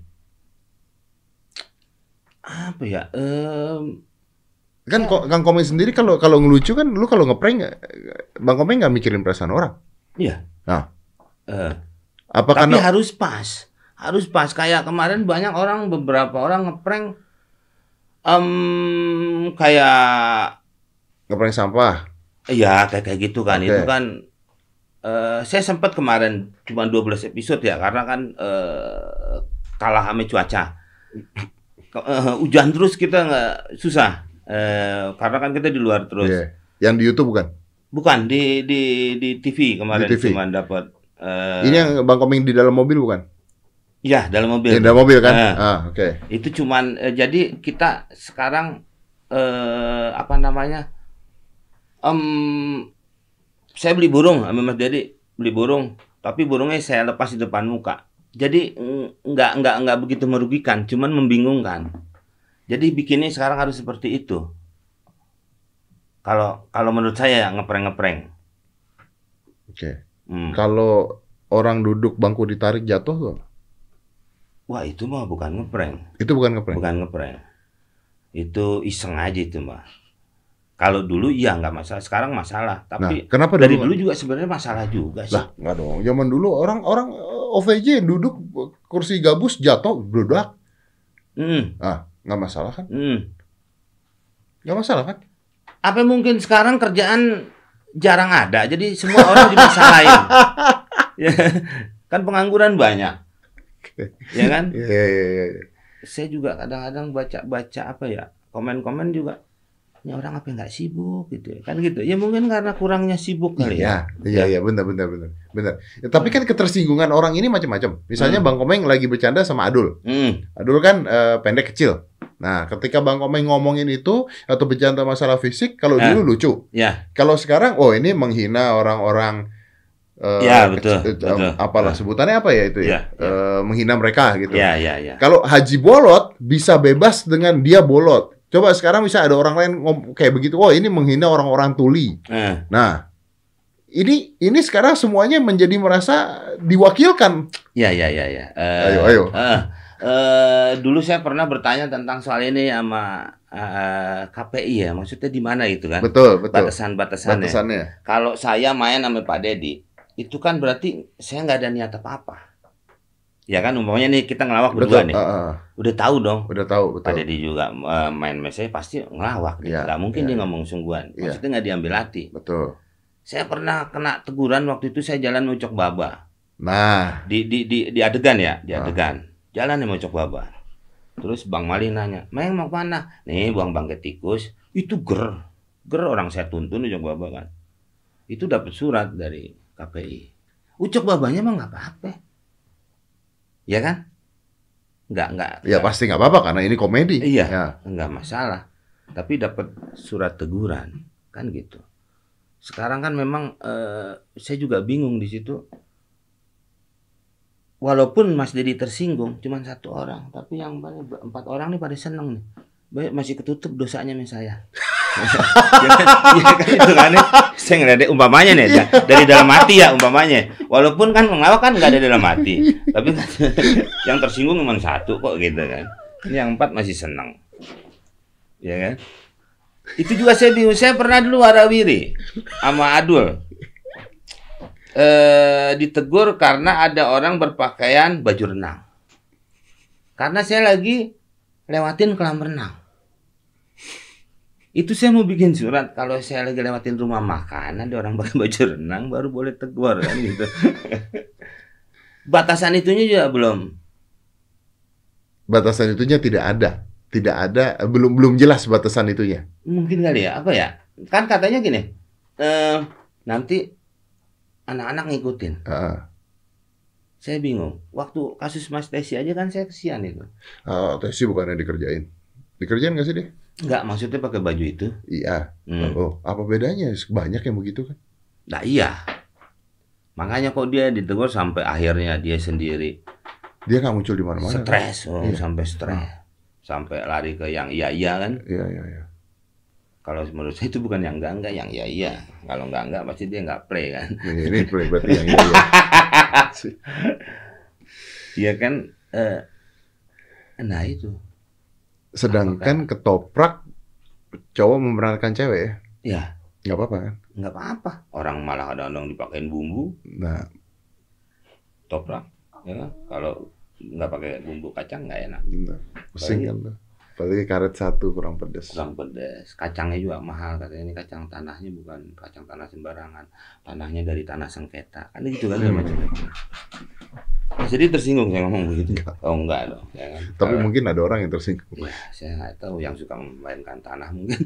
Apa ya? Em, Kan kok Kang Komeng sendiri kalau kalau ngelucu kan lu kalau ngeprank eh, Bang Komeng nggak mikirin perasaan orang. Iya. Nah, Eh, apa tapi karena harus pas. Harus pas. Kayak kemarin banyak orang, beberapa orang ngeprank em kayak ngeprank sampah? ya kayak kayak gitu kan. Oke. Itu kan eh saya sempat kemarin cuma dua belas episode ya karena kan eh kalah sama cuaca. Ke- eh, hujan terus kita nggak susah. Eh karena kan kita di luar terus. Iya. Yang di YouTube bukan? Bukan di di di T V kemarin Di T V. cuma dapat eh Ini yang Bang Komeng di dalam mobil bukan? ya dalam mobil. Di dalam mobil kan? Eh. Ah, oke. Itu cuman eh, jadi kita sekarang eh apa namanya? Em saya beli burung sama Mas Dedi, beli burung, tapi burungnya saya lepas di depan muka. Jadi mm, nggak nggak nggak begitu merugikan, cuman membingungkan. Jadi bikinnya sekarang harus seperti itu. Kalau kalau menurut saya ngeprank-ngeprank. Oke. Hmm. Kalau orang duduk bangku ditarik jatuh tuh, Wah, itu mah bukan ngeprank. itu bukan ngeprank. Bukan ngeprank. Itu iseng aja itu mah. Kalau dulu iya nggak masalah, sekarang masalah. Nah, Tapi kenapa dari dulu? dulu juga sebenarnya masalah juga sih. Lah, nggak dong. Zaman dulu orang-orang eh, O V J duduk kursi gabus jatuh bludak. Hmm, Ah, nggak masalah kan? hmm. Nggak masalah kan? Apa mungkin sekarang kerjaan jarang ada, jadi semua orang dimasalahin. Ya, kan pengangguran banyak. Ya kan? Iya, iya, iya, iya. Saya juga kadang-kadang baca-baca apa ya, komen-komen juga. Ini orang apa nggak sibuk gitu ya. Kan gitu. Ya mungkin karena kurangnya sibuk kali ya. Iya, iya, iya, benar, benar, benar, benar. Ya, tapi kan ketersinggungan orang ini macam-macam. Misalnya Hmm. Bang Komeng lagi bercanda sama Adul. Hmm, Adul kan eh, pendek kecil. Nah, ketika Bang Komeng ngomongin itu atau bercanda masalah fisik, kalau Eh. dulu lucu. ya. Kalau sekarang, oh ini menghina orang-orang. eh, Ya, betul, kecil- eh, betul. Apalah Eh. sebutannya apa ya itu Ya, ya? ya. Eh, menghina mereka gitu. Ya, ya, ya. Kalau Haji Bolot bisa bebas dengan dia bolot. Coba sekarang bisa ada orang lain ngom- kayak begitu. Oh ini menghina orang-orang tuli. Eh. Nah, ini ini sekarang semuanya menjadi merasa diwakilkan. Ya, ya, ya, ya. Eh, Ayo, ayo. eh, eh, dulu saya pernah bertanya tentang soal ini sama eh, K P I ya. Maksudnya di mana itu kan? Betul, betul. Batasan-batasannya. Batasannya. Kalau saya main sama Pak Dedi, itu kan berarti saya nggak ada niat apa-apa. Ya kan, umpamanya nih kita ngelawak berdua Betul. nih. ah, ah. Udah tahu dong. Udah tahu, Pak betul. Dedi juga eh, main sama saya pasti ngelawak. Iya, Nggak mungkin iya. dia ngomong sungguhan. Iya. Maksudnya nggak diambil hati. Betul. Saya pernah kena teguran waktu itu saya jalan Mocok Baba. Nah, Di, di, di, di adegan ya, di Ah. adegan. Jalan nih Mocok Baba. Terus Bang Mali nanya, Meng mau mana? Nih buang bangkai tikus. Itu ger. Ger orang saya tuntun Ucok Baba kan. Itu dapat surat dari K P I. Ucok Babanya mah nggak apa-apa. Ya kan? Nggak, nggak. ya nggak- pasti nggak apa-apa karena ini komedi. Iya. Ya. nggak masalah. Tapi dapat surat teguran. Kan gitu. Sekarang kan memang eh, saya juga bingung di situ. walaupun Mas Dedi tersinggung cuma satu orang, tapi yang empat orang nih pada seneng nih. Baik masih ketutup dosanya sama saya. Ya kan, ya kan itu kan ya. Saya ngeliat umpamanya nih ya, dari dalam hati ya umpamanya. Walaupun kan ngelawak kan nggak ada dalam hati, tapi kan, yang tersinggung cuma satu kok gitu kan. Ini yang empat masih seneng, ya kan? Itu juga saya bingung. Saya pernah dulu warawiri sama Adul. Eh, ditegur karena ada orang berpakaian baju renang. Karena saya lagi lewatin kolam renang. Itu saya mau bikin surat kalau saya lagi lewatin rumah makan ada orang pakai baju renang baru boleh tegur kan gitu. Batasan itunya juga belum. Batasan itunya tidak ada, tidak ada, belum belum jelas batasan itunya. Mungkin kali ya, apa ya? Kan katanya gini, eh, nanti anak-anak ngikutin. Uh. Saya bingung. Waktu kasus Mas Tesi aja kan saya kesian itu. Uh, Tesi bukannya dikerjain, dikerjain nggak sih dia? Enggak, maksudnya pakai baju itu. Iya. Hmm. Oh, apa bedanya? Banyak yang begitu kan? Nah iya. Makanya kok dia ditegur sampai akhirnya dia sendiri. Dia nggak muncul di mana-mana. Stres, oh, iya. sampai stres. Hmm. Sampai lari ke yang iya-iya kan. Iya, iya, iya. Kalau menurut saya itu bukan yang enggak-enggak, yang iya-iya. Kalau enggak-enggak pasti dia enggak play kan. Ini, ini play berarti yang iya. Iya kan. Eh, nah itu. Sedangkan ketoprak cowok memerankan cewek ya? Ya. Nggak apa-apa kan? Nggak apa-apa. Orang malah kadang-kadang dipakein bumbu. Nah. Toprak. Ya, kalau nggak pakai bumbu kacang nggak enak. Nah, pusing kan tuh. Apalagi karet satu kurang pedas. Kurang pedas. Kacangnya juga mahal katanya. Ini kacang tanahnya bukan kacang tanah sembarangan. Tanahnya dari tanah sengketa. Kan gitu kan. Hmm. Macam-macam. Jadi tersinggung saya ngomong begitu. Oh enggak dong. Ya kan? Tapi Kalo, mungkin ada orang yang tersinggung. Ya, saya nggak tahu yang suka memainkan tanah mungkin.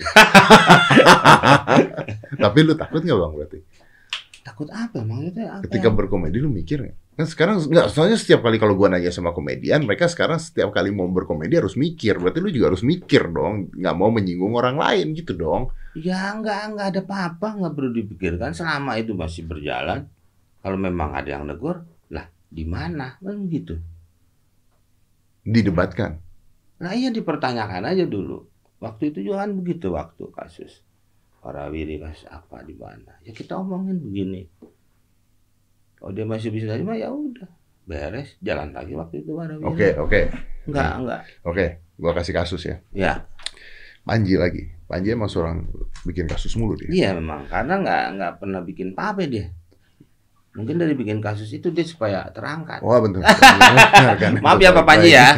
Tapi lu takut nggak bang berarti? Takut apa? Maksudnya apa? Ketika berkomedi lu mikir nggak? Kan sekarang nggak. Soalnya setiap kali kalau gua nanya sama komedian, mereka sekarang setiap kali mau berkomedi harus mikir. Berarti lu juga harus mikir dong. Nggak mau menyinggung orang lain gitu dong. Ya nggak nggak ada apa-apa, nggak perlu dipikirkan selama itu masih berjalan. Kalau memang ada yang negur, lah di mana? Kan gitu. Didebatkan. Nah iya dipertanyakan aja dulu. Waktu itu juga kan begitu waktu kasus warawiri kasus apa di mana. Ya kita omongin begini. Kalau dia masih bisa terima ya udah beres jalan lagi waktu itu warawiri. Oke oke. Enggak enggak. Oke, gua kasih kasus ya. Ya. Panji lagi. Panji emang seorang bikin kasus mulu dia. Iya memang karena nggak nggak pernah bikin apa-apa dia. Mungkin dari bikin kasus itu dia supaya terangkat. Wah betul. Maaf ya Pak Panji ya.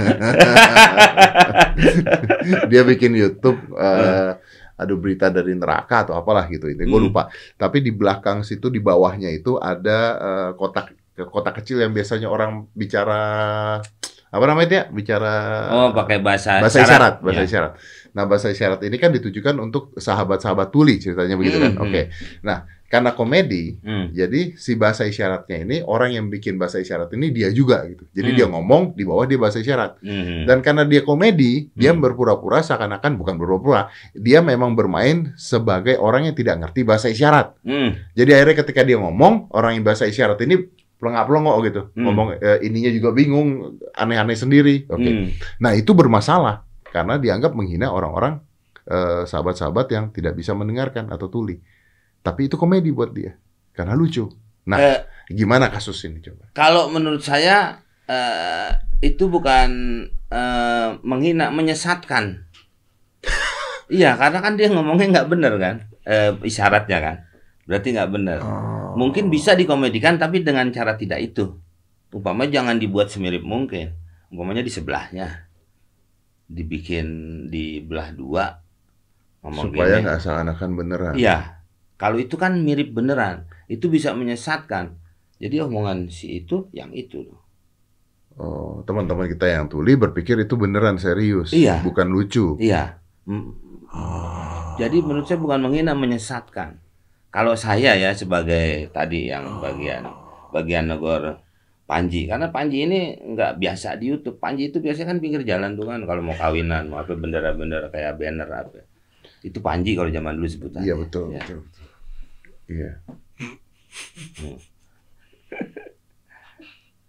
Dia bikin YouTube uh, ada berita dari neraka atau apalah gitu itu. Gue lupa. Tapi di belakang situ di bawahnya itu ada uh, kotak kotak kecil yang biasanya orang bicara apa namanya dia? Bicara Oh, pakai bahasa bahasa isyarat, isyarat. bahasa Ya. isyarat. Nah, bahasa isyarat ini kan ditujukan untuk sahabat-sahabat tuli ceritanya begitu kan. Hmm, Oke. Okay. Nah, karena komedi, Hmm. jadi si bahasa isyaratnya ini orang yang bikin bahasa isyarat ini dia juga gitu. Jadi Hmm. dia ngomong di bawah dia bahasa isyarat. Hmm. Dan karena dia komedi, dia Hmm. berpura-pura seakan-akan bukan berpura-pura, dia memang bermain sebagai orang yang tidak ngerti bahasa isyarat. Hmm. Jadi akhirnya ketika dia ngomong, orang yang bahasa isyarat ini pelengak-pelengok gitu. Hmm. Ngomong eh, ininya juga bingung, aneh-aneh sendiri. Oke. Okay. Hmm. Nah, itu bermasalah karena dianggap menghina orang-orang eh, sahabat-sahabat yang tidak bisa mendengarkan atau tuli. Tapi itu komedi buat dia karena lucu. Nah, Eh, gimana kasus ini coba? Kalau menurut saya eh, itu bukan eh, menghina, menyesatkan. Iya, karena kan dia ngomongnya nggak benar kan, eh, isyaratnya kan, berarti nggak benar. Oh. Mungkin bisa dikomedikan tapi dengan cara tidak itu. Umpamanya jangan dibuat semirip mungkin. Umpamanya di sebelahnya, dibikin di belah dua. Ngomong Supaya gini. nggak seakan-akan beneran. Iya, kalau itu kan mirip beneran, itu bisa menyesatkan. Jadi omongan si itu yang itu loh. Oh, teman-teman kita yang tuli berpikir itu beneran serius, Iya. bukan lucu. Iya. Mm. Oh. Jadi menurut saya bukan menghina, menyesatkan. Kalau saya ya sebagai tadi yang bagian bagian negor Panji, karena Panji ini nggak biasa di YouTube. Panji itu biasanya kan pinggir jalan tuh kan kalau mau kawinan, mau apa bendera-bendera kayak banner apa. Itu Panji kalau zaman dulu sebutannya. Iya betul, Ya. betul, betul. Iya. Hmm.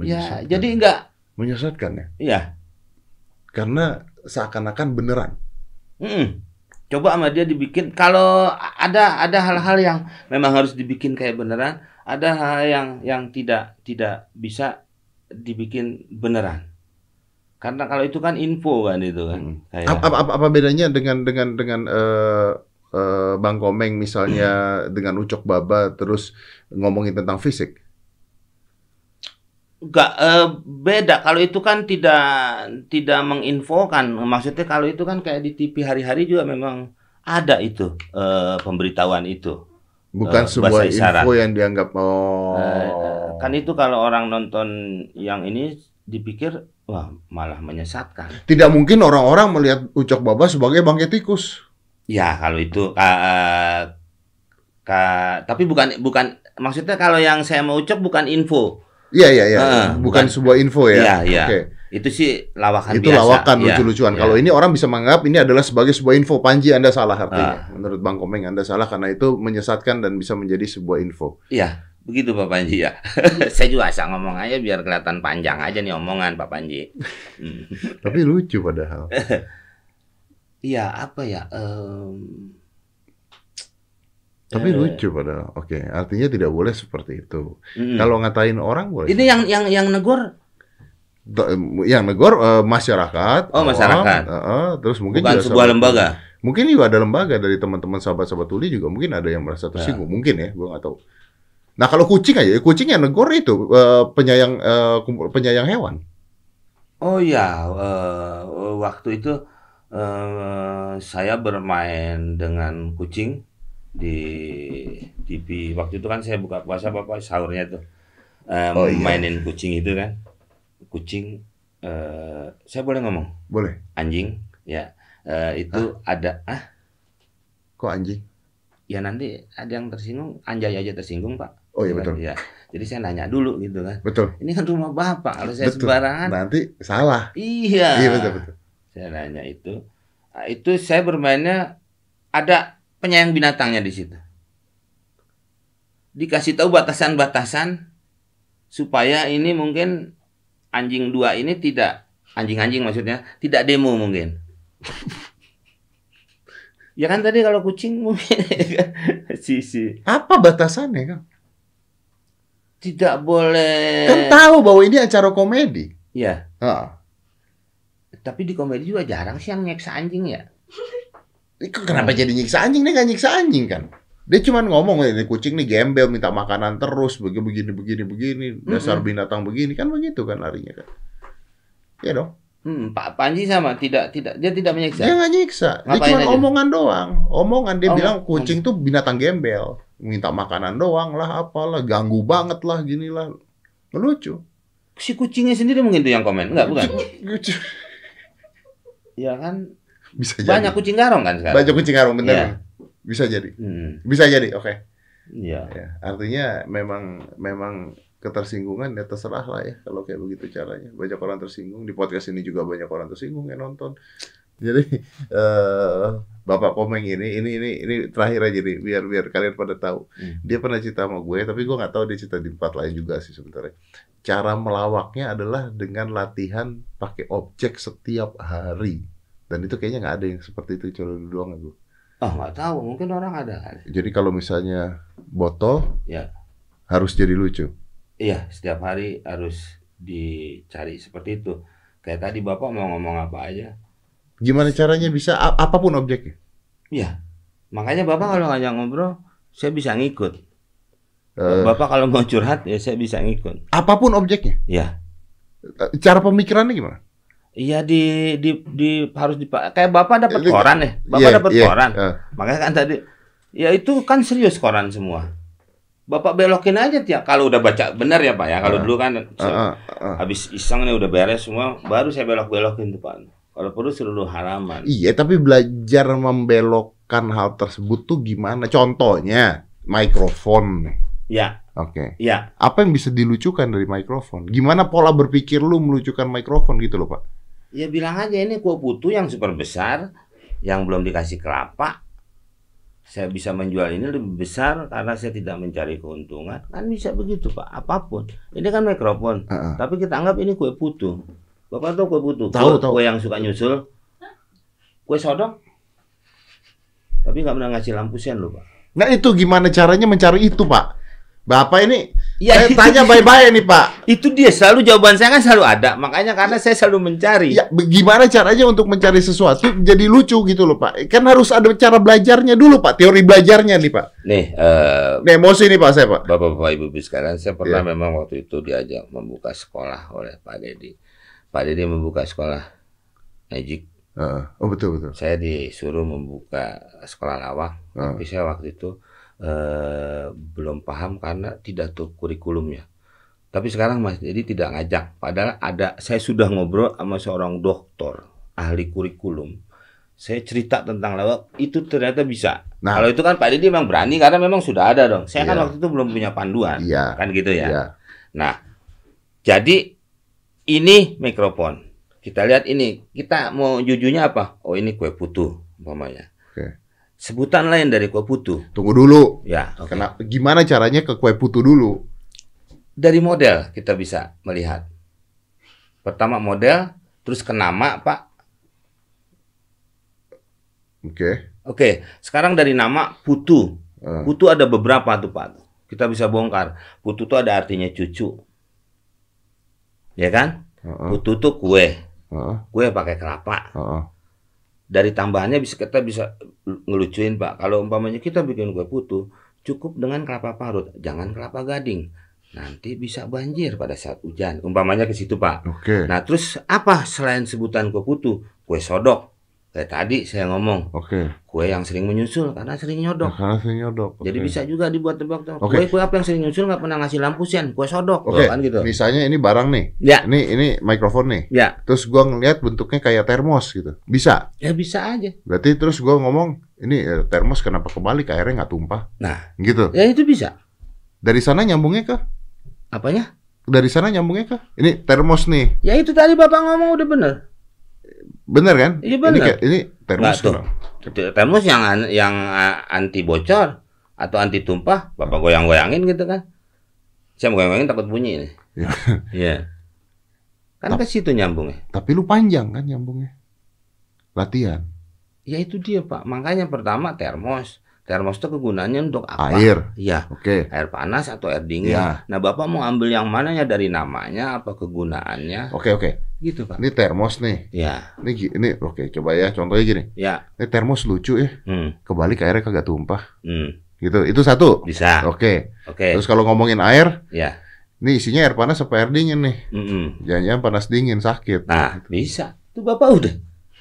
Ya, jadi enggak menyesatkan ya? Iya. Karena seakan-akan beneran. Mm-mm. Coba sama dia dibikin. Kalau ada ada hal-hal yang memang harus dibikin kayak beneran, ada hal yang yang tidak tidak bisa dibikin beneran. Karena kalau itu kan info kan itu kan. Hmm. Kayak, Apa, apa, apa bedanya dengan dengan dengan uh, uh, Bang Komeng misalnya dengan Ucok Baba terus ngomongin tentang fisik? Enggak, eh, beda. Kalau itu kan tidak tidak menginfokan. Maksudnya kalau itu kan kayak di T V hari-hari juga memang ada itu eh, pemberitahuan itu. Bukan Eh, sebuah bahasa isyarat. info yang dianggap oh. Eh, kan itu kalau orang nonton yang ini dipikir wah malah menyesatkan. Tidak mungkin orang-orang melihat Ucok Baba sebagai bangkai tikus. Ya kalau itu ka, ka, tapi bukan bukan maksudnya kalau yang saya mau ucap bukan info. Iya iya iya, Uh, bukan, bukan sebuah info ya. Iya iya. Oke. Itu sih lawakan Itu biasa. lawakan Ya, lucu-lucuan. ya. Kalau ini orang bisa menganggap ini adalah sebagai sebuah info. Panji Anda salah artinya. Ah. Menurut Bang Komeng Anda salah karena itu menyesatkan dan bisa menjadi sebuah info. Iya, begitu Pak Panji ya. Saya juga asal ngomong aja biar kelihatan panjang aja nih omongan Pak Panji. Hmm. Tapi lucu padahal. Iya, apa ya? Um, Tapi eh, lucu padahal. Oke, artinya tidak boleh seperti itu. mm. Kalau ngatain orang boleh. Ini yang yang yang negor Yang negor eh, masyarakat. Oh, masyarakat. eh, eh, terus mungkin bukan juga sebuah sahabat- lembaga. Mungkin juga ada lembaga dari teman-teman sahabat-sahabat tuli juga mungkin ada yang merasa tersinggung. Mungkin ya, gua nggak tahu. Nah kalau kucing aja, kucing yang negor itu eh, penyayang eh, kumpul- penyayang hewan. Oh ya, eh, waktu itu eh, saya bermain dengan kucing di T V. Waktu itu kan saya buka puasa Bapak sahurnya tuh eh, Oh, iya. mainin kucing itu kan. Kucing eh, saya boleh ngomong? Boleh. Anjing ya. Eh, itu ada ah Kok anjing? ya nanti ada yang tersinggung, anjay aja tersinggung, Pak. Oh iya Ya kan? betul. Ya. Jadi saya nanya dulu gitu kan. Betul. Ini kan rumah Bapak, kalau saya Betul. sembarangan Nanti salah. iya. Iya betul betul. Saya nanya itu. Nah, itu saya bermainnya ada penyayang binatangnya di situ. Dikasih tahu batasan-batasan supaya ini mungkin anjing dua ini tidak anjing-anjing maksudnya tidak demo mungkin. Ya kan tadi kalau kucing mungkin si si Apa batasannya kan? tidak boleh. Kan tahu bahwa ini acara komedi. Ya, Ah. tapi di komedi juga jarang sih yang nyeksa anjing ya. Itu kenapa jadi nyiksa anjing? Dia nggak nyiksa anjing kan? Dia cuma ngomong ini kucing nih gembel minta makanan terus begini begini begini begini dasar binatang begini kan begitu kan larinya kan? Iya dong. Hmm, Pak Panji sama tidak tidak dia tidak menyiksa. Dia nggak nyiksa. Dia Ngapain cuma aja? omongan doang. Omongan dia Oh, bilang kucing tuh binatang gembel, minta makanan doang lah, apalah, ganggu banget lah, gini lah, lucu. Si kucingnya sendiri mungkin tuh yang komen. Enggak, bukan. Lucu. Ya kan Bisa banyak jadi. kucing garong kan sekarang. Banyak kucing garong bener. Iya. Bisa jadi. Hmm, Bisa jadi. Oke. iya. Ya, artinya memang memang ketersinggungan ya terserah lah ya kalau kayak begitu caranya. Banyak orang tersinggung di podcast ini juga banyak orang tersinggung yang nonton. Jadi eh Bapak Komeng ini ini ini ini terakhir aja nih biar biar kalian pada tahu. Hmm. Dia pernah cerita sama gue tapi gue nggak tahu dia cerita di tempat lain juga sih sebenarnya. Cara melawaknya adalah dengan latihan pakai objek setiap hari. Dan itu kayaknya nggak ada yang seperti itu cuma lu doang gue. Oh, nggak tahu, mungkin orang ada kali. Jadi kalau misalnya botol Ya. harus jadi lucu. Iya, setiap hari harus dicari seperti itu. Kayak tadi Bapak mau ngomong apa aja. Gimana caranya bisa a- apapun objeknya? Iya. Makanya Bapak kalau ngajak ngobrol, saya bisa ngikut. Eh, Bapak kalau mau curhat ya saya bisa ngikut. apapun objeknya. Iya. Eh, Cara pemikirannya gimana? Iya di di di harus di kayak Bapak dapat Iya, koran ya. Bapak Iya, dapat iya, koran. eh. Makanya kan tadi ya itu kan serius koran semua. Bapak belokin aja tiap kalau udah baca benar ya Pak ya. Kalau Ah. dulu kan Ah, ah, ah. habis iseng nih udah beres semua, baru saya belok-belokin tuh Pak. Kalau perlu seluruh halaman. Iya, tapi belajar membelokkan hal tersebut tuh gimana? Contohnya mikrofon nih. Ya, Oke. ya. Apa yang bisa dilucukan dari mikrofon? Gimana pola berpikir lu melucukan mikrofon gitu loh, Pak? Ya bilang aja ini kuah putu yang super besar, yang belum dikasih kelapa. saya bisa menjual ini lebih besar karena saya tidak mencari keuntungan. Kan bisa begitu Pak, apapun. Ini kan mikrofon, Uh-uh. tapi kita anggap ini kue putu. Bapak tahu kue putu? Tahu, kue, tahu. kue yang suka nyusul. Kue sodok. Tapi nggak pernah ngasih lampu sen loh Pak. Nah itu gimana caranya mencari itu Pak? Bapak ini Ya, saya itu tanya dia. baik-baik nih Pak. Itu dia selalu jawaban saya kan selalu ada. Makanya karena saya selalu mencari. Ya, gimana caranya untuk mencari sesuatu jadi lucu gitu loh Pak? Kan harus ada cara belajarnya dulu Pak, teori belajarnya nih Pak. Nih, eh, Nih, emosi nih Pak saya Pak. Bapak-bapak Ibu-ibu sekalian, saya pernah Iya. memang waktu itu diajak membuka sekolah oleh Pak Dedi. Pak Dedi membuka sekolah magic. Heeh. Oh betul betul. Saya disuruh membuka sekolah lawak, Ah. tapi saya waktu itu eh, belum paham karena tidak tahu kurikulumnya. Tapi sekarang Mas Dedi tidak ngajak, padahal ada saya sudah ngobrol sama seorang doktor ahli kurikulum. Saya cerita tentang lawak itu ternyata bisa. Nah. Kalau itu kan Pak Dedi memang berani karena memang sudah ada dong. Saya kan Iya. waktu itu belum punya panduan, Iya. kan gitu ya. Iya. Nah, jadi ini mikrofon. Kita lihat ini, kita mau jujunya apa? Oh ini kue putu, umpamanya. Oke. Sebutan lain dari kue putu. Tunggu dulu. Ya, oke. Kenapa? Gimana caranya ke kue putu dulu? Dari model kita bisa melihat. Pertama model, terus ke nama, Pak. Oke. Oke, sekarang dari nama putu. Eh, Putu ada beberapa tuh, Pak. Kita bisa bongkar. Putu itu ada artinya cucu. Ya kan? heeh, Putu itu kue. heeh, Kue pakai kelapa. heeh. Dari tambahannya bisa kita bisa ngelucuin Pak. Kalau umpamanya kita bikin kue putu, cukup dengan kelapa parut, jangan kelapa gading. Nanti bisa banjir pada saat hujan. Umpamanya ke situ Pak. Oke. Nah terus apa selain sebutan kue putu? Kue sodok. Kayak tadi saya ngomong, Oke. kue yang sering menyusul karena sering nyodok. Karena saya nyodok. Jadi Oke. bisa juga dibuat tebak-tebak. Oke. Kue-kue apa yang sering nyusul nggak pernah ngasih lampu sen? Kue sodok. Oke. Tuh, kan gitu. Misalnya ini barang nih. Ya, Ini ini mikrofon nih. ya, Terus gua ngeliat bentuknya kayak termos gitu. Bisa. ya bisa aja. Berarti terus gua ngomong, ini eh, termos kenapa kebalik airnya nggak tumpah? Nah, Gitu. ya itu bisa. Dari sana nyambungnya ke? Apanya? Dari sana nyambungnya ke? Ini termos nih. Ya itu tadi Bapak ngomong udah bener. Bener kan? Iya, Ini, bener. kayak- ini termos Nggak, tuh. kenapa? Termos yang an- yang uh, anti bocor atau anti tumpah, Bapak goyang-goyangin gitu kan. Saya mau goyang-goyangin takut bunyi nih. Iya. Iya. Kan ke situ nyambungnya. Tapi lu panjang kan nyambungnya. Latihan. Ya itu dia Pak. Makanya pertama termos. Termos itu kegunaannya untuk apa? Air. Iya. Oke. Air panas atau air dingin. Iya. Nah Bapak mau ambil yang mananya dari namanya apa kegunaannya? Oke oke. Gitu Pak. Ini termos nih. Ya. Ini gi- ini oke coba ya contohnya gini. Ya. Ini termos lucu ya. Hmm. Kebalik airnya kagak tumpah. Hmm. Gitu. Itu satu. Bisa. Oke. Oke. Terus kalau ngomongin air, Ya. ini isinya air panas apa air dingin nih? Mm-mm. Jangan-jangan panas dingin sakit. Nah, bisa. Tuh Bapak udah.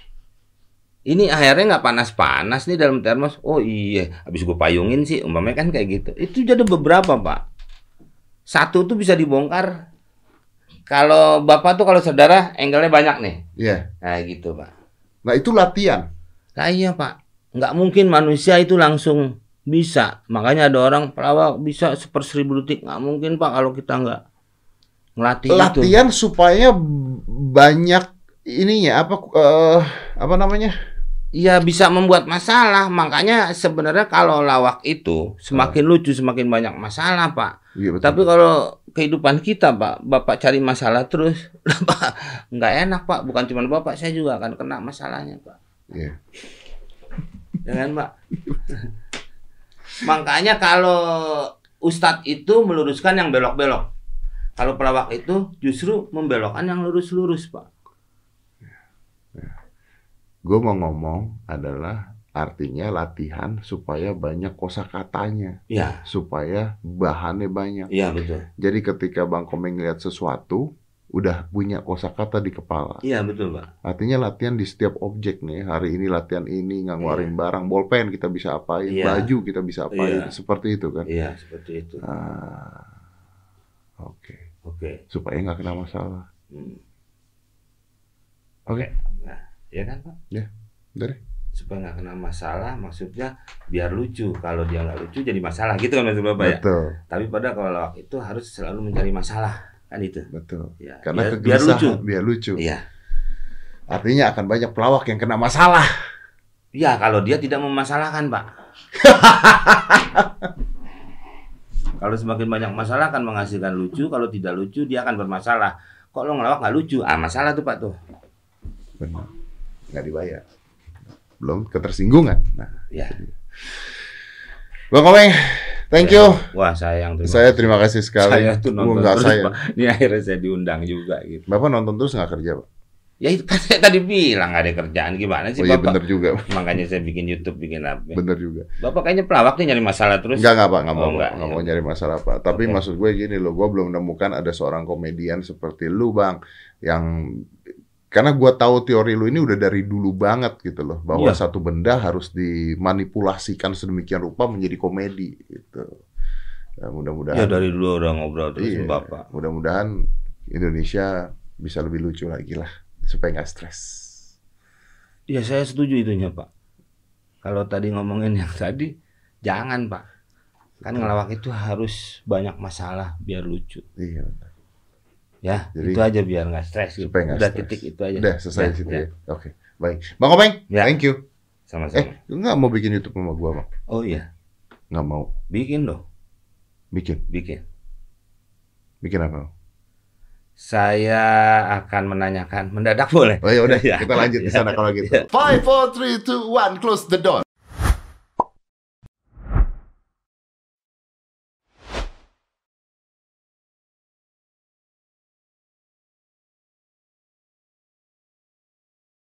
Ini airnya nggak panas-panas nih dalam termos. Oh iya, habis gue payungin sih, umpamanya kan kayak gitu. Itu jadi beberapa, Pak. Satu tuh bisa dibongkar. Kalau Bapak tuh kalau saudara angle-nya banyak nih. Iya. Nah, gitu, Pak. Nah itu latihan. Nah, iya, Pak. Nggak mungkin manusia itu langsung bisa. Makanya ada orang pelawak bisa seperseribu detik. Nggak mungkin, Pak, kalau kita nggak ngelatih itu. Latihan supaya banyak ininya apa eh, apa namanya? Iya bisa membuat masalah, makanya sebenarnya kalau lawak itu semakin lucu semakin banyak masalah Pak. Iya, betul. Tapi kalau kehidupan kita Pak, Bapak cari masalah terus, Pak nggak enak Pak. Bukan cuma Bapak, saya juga akan kena masalahnya Pak. Iya. Jangan Pak. Makanya kalau Ustadz itu meluruskan yang belok-belok. Kalau pelawak itu justru membelokkan yang lurus-lurus Pak. Gue mau ngomong adalah artinya latihan supaya banyak kosakatanya, Iya, supaya bahannya banyak. iya betul. Jadi ketika Bang Komeng lihat sesuatu, udah punya kosakata di kepala. Iya betul Pak. Artinya latihan di setiap objek nih. Hari ini latihan ini, nggak ngeluarin barang, bolpen kita bisa apain, Iya. baju kita bisa apain, Iya. seperti itu kan. Iya seperti itu. Ah, Oke, Oke. supaya nggak kena masalah. Hmm. Oke, Nah, ya kan Pak? dari. Supaya nggak kena masalah, maksudnya biar lucu. Kalau dia nggak lucu jadi masalah gitu kan maksud Bapak ya. Betul, Tapi pada kalau lawak itu harus selalu mencari masalah kan itu. betul. Ya, Karena biar, biar lucu. kegelisahan, biar lucu. Iya. Artinya akan banyak pelawak yang kena masalah. Ya kalau dia tidak memasalahkan Pak. Kalau semakin banyak masalah akan menghasilkan lucu, kalau tidak lucu dia akan bermasalah. Kok lo ngelawak nggak lucu? Ah, masalah tuh Pak tuh. Benar. Nggak dibayar. Belum ketersinggungan. Nah, Ya. Bang Komeng, thank you. Wah, sayang terima Saya terima kasih sekali. Saya tuh Oh, nonton nggak terus, saya. Pak. Ini akhirnya saya diundang juga gitu. Bapak nonton terus nggak kerja, Pak? Ya itu kan saya tadi bilang nggak ada kerjaan, gimana sih Oh iya Bapak? bener juga. Makanya saya bikin YouTube, bikin apa. Bener juga. Bapak kayaknya pelawak nih nyari masalah terus. Enggak, enggak Pak, enggak Oh, mau, enggak, enggak ya. mau nyari masalah Pak. Tapi Oke. maksud gue gini loh, gue belum menemukan ada seorang komedian seperti lu Bang, yang karena gue tahu teori lu ini udah dari dulu banget gitu loh, bahwa Iya. satu benda harus dimanipulasikan sedemikian rupa menjadi komedi gitu. Nah, mudah-mudahan. Ya dari dulu udah ngobrol terus Iya, sama Bapak. mudah-mudahan Indonesia bisa lebih lucu lagi lah, supaya nggak stres. Ya saya setuju itunya Pak. Kalau tadi ngomongin yang tadi, jangan Pak. Kan ngelawak itu harus banyak masalah biar lucu. Iya, benar. Ya, Jadi, itu aja biar nggak stres. Gitu. supaya nggak Udah stres. titik itu aja. Udah selesai Ya, situ ya. ya. Oke, baik. Bang Komeng, Ya. thank you. Sama-sama. Eh, lu nggak mau bikin YouTube sama gua, Bang? Oh iya, Nggak mau. bikin loh, Bikin. bikin. Bikin apa? Bang? Saya akan menanyakan mendadak boleh. Oh ya udah, Ya. kita lanjut di sana kalau gitu. Ya. Five, four, three, two, one, close the door.